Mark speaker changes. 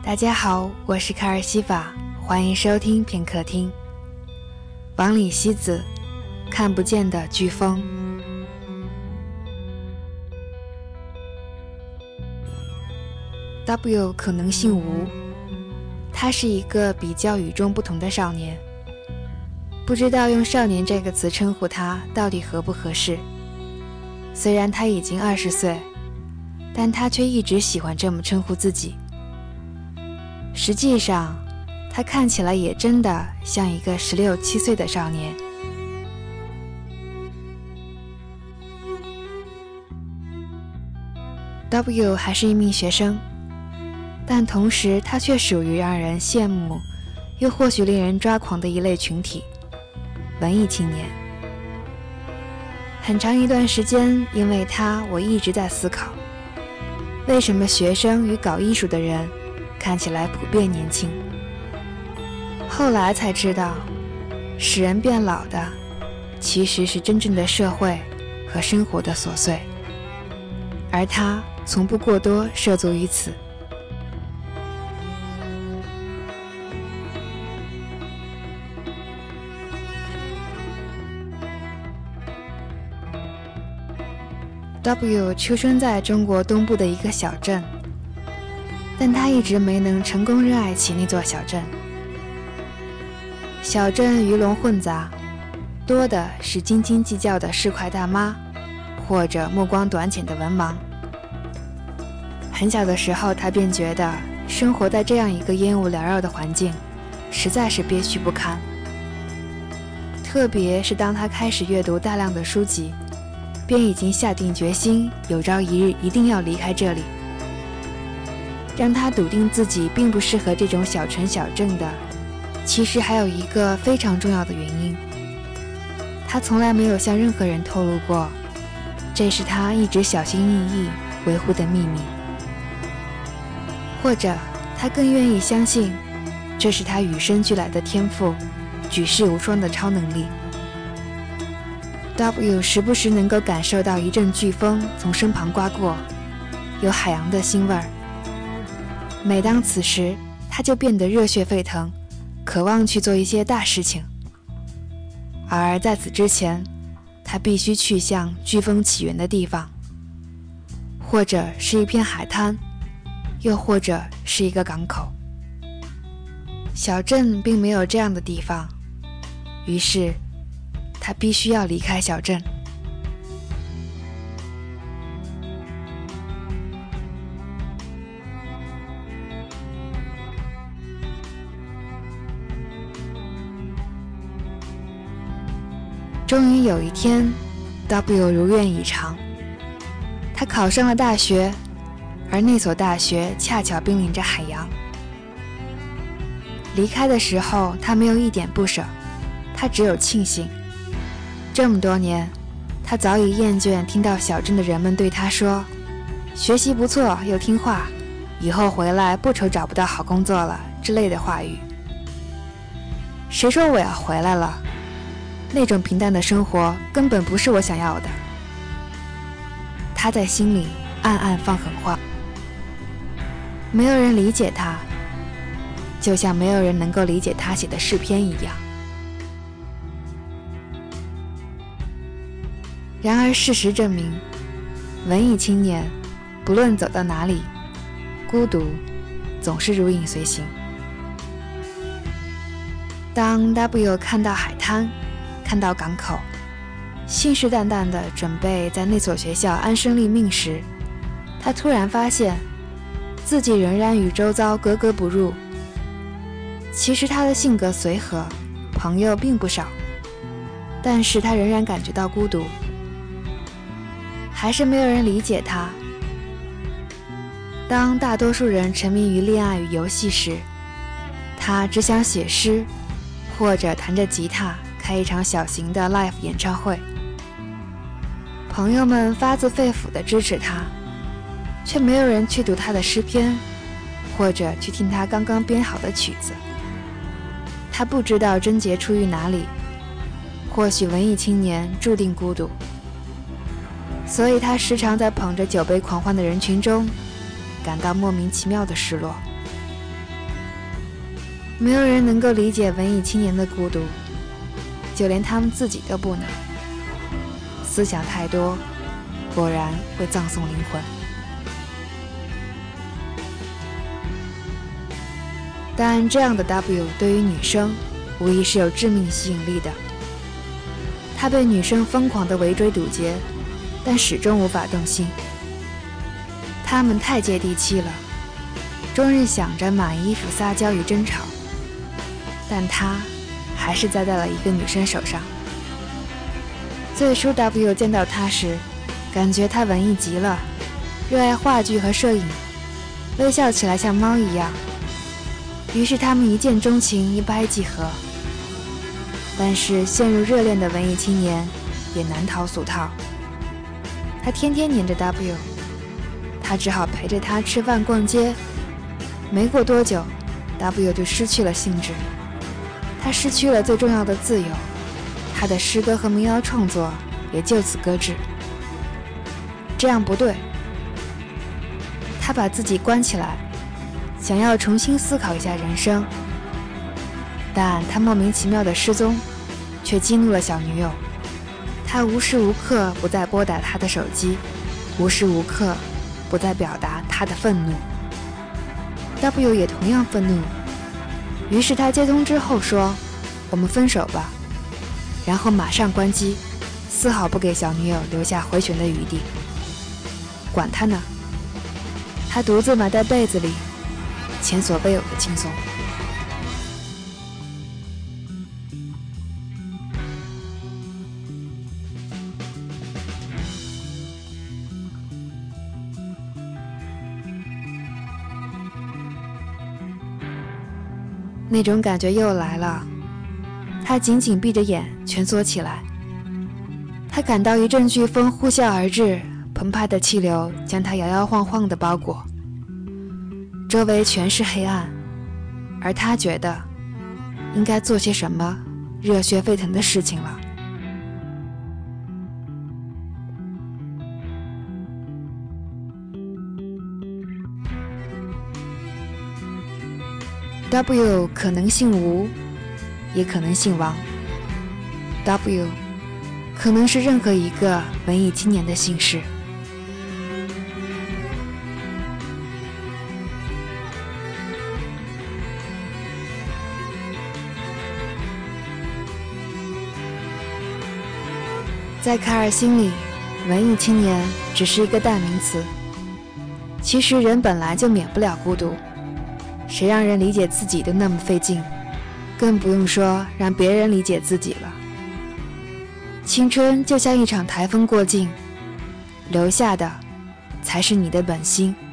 Speaker 1: 大家好，我是卡尔西法，欢迎收听片刻听。王里希子，看不见的飓风。W 可能性无，他是一个比较与众不同的少年，不知道用少年这个词称呼他到底合不合适。虽然他已经20岁，但他却一直喜欢这么称呼自己。实际上，他看起来也真的像一个16、17岁的少年。W 还是一名学生，但同时他却属于让人羡慕，又或许令人抓狂的一类群体——文艺青年。很长一段时间，因为他，我一直在思考，为什么学生与搞艺术的人看起来普遍年轻。后来才知道，使人变老的其实是真正的社会和生活的琐碎，而他从不过多涉足于此。W 出生在中国东部的一个小镇，但他一直没能成功热爱起那座小镇。小镇鱼龙混杂，多的是斤斤计较的市侩大妈，或者目光短浅的文盲。很小的时候，他便觉得生活在这样一个烟雾缭绕的环境，实在是憋屈不堪。特别是当他开始阅读大量的书籍，便已经下定决心，有朝一日一定要离开这里。让他笃定自己并不适合这种小城小镇的，其实还有一个非常重要的原因，他从来没有向任何人透露过，这是他一直小心翼翼维护的秘密。或者他更愿意相信，这是他与生俱来的天赋，举世无双的超能力。W 时不时能够感受到一阵飓风从身旁刮过，有海洋的腥味儿。每当此时，他就变得热血沸腾，渴望去做一些大事情。而在此之前，他必须去向飓风起源的地方，或者是一片海滩，又或者是一个港口。小镇并没有这样的地方，于是他必须要离开小镇。终于有一天， W 如愿以偿，他考上了大学，而那所大学恰巧濒临着海洋。离开的时候，他没有一点不舍，他只有庆幸。这么多年，他早已厌倦听到小镇的人们对他说：“学习不错，又听话，以后回来不愁找不到好工作了”之类的话语。谁说我要回来了？那种平淡的生活根本不是我想要的。他在心里暗暗放狠话。没有人理解他，就像没有人能够理解他写的诗篇一样。然而事实证明，文艺青年不论走到哪里，孤独总是如影随形。当 W 看到海滩，看到港口，信誓旦旦地准备在那所学校安身立命时，他突然发现自己仍然与周遭格格不入。其实他的性格随和，朋友并不少，但是他仍然感觉到孤独，还是没有人理解他。当大多数人沉迷于恋爱与游戏时，他只想写诗，或者弹着吉他开一场小型的 live 演唱会。朋友们发自肺腑地支持他，却没有人去读他的诗篇，或者去听他刚刚编好的曲子。他不知道症结出于哪里，或许文艺青年注定孤独，所以他时常在捧着酒杯狂欢的人群中感到莫名其妙的失落。 没有人能够理解文艺青年的孤独，就连他们自己都不能。思想太多，果然会葬送灵魂。但这样的 W 对于女生无疑是有致命吸引力的。他被女生疯狂地围追堵截，但始终无法动心。他们太接地气了，终日想着买衣服、撒娇与争吵，但他还是栽在了一个女生手上。最初 W 见到他时，感觉他文艺极了，热爱话剧和摄影，微笑起来像猫一样。于是他们一见钟情，一拍即合。但是陷入热恋的文艺青年也难逃俗套，他天天黏着 W， 他只好陪着他吃饭逛街。没过多久， W 就失去了兴致，他失去了最重要的自由，他的诗歌和民谣创作也就此搁置。这样不对，他把自己关起来，想要重新思考一下人生。但他莫名其妙的失踪却激怒了小女友，他无时无刻不在拨打她的手机，无时无刻不在表达他的愤怒。 W 也同样愤怒，于是他接通之后说：“我们分手吧。”然后马上关机，丝毫不给小女友留下回旋的余地。管他呢，他独自埋在被子里，前所未有的轻松。那种感觉又来了，他紧紧闭着眼，蜷缩起来。他感到一阵飓风呼啸而至，澎湃的气流将他摇摇晃晃地包裹，周围全是黑暗，而他觉得应该做些什么热血沸腾的事情了。W 可能姓吴，也可能姓王。W 可能是任何一个文艺青年的姓氏。在卡尔心里，文艺青年只是一个代名词。其实人本来就免不了孤独，谁让人理解自己都那么费劲，更不用说让别人理解自己了。青春就像一场台风过境，留下的才是你的本心。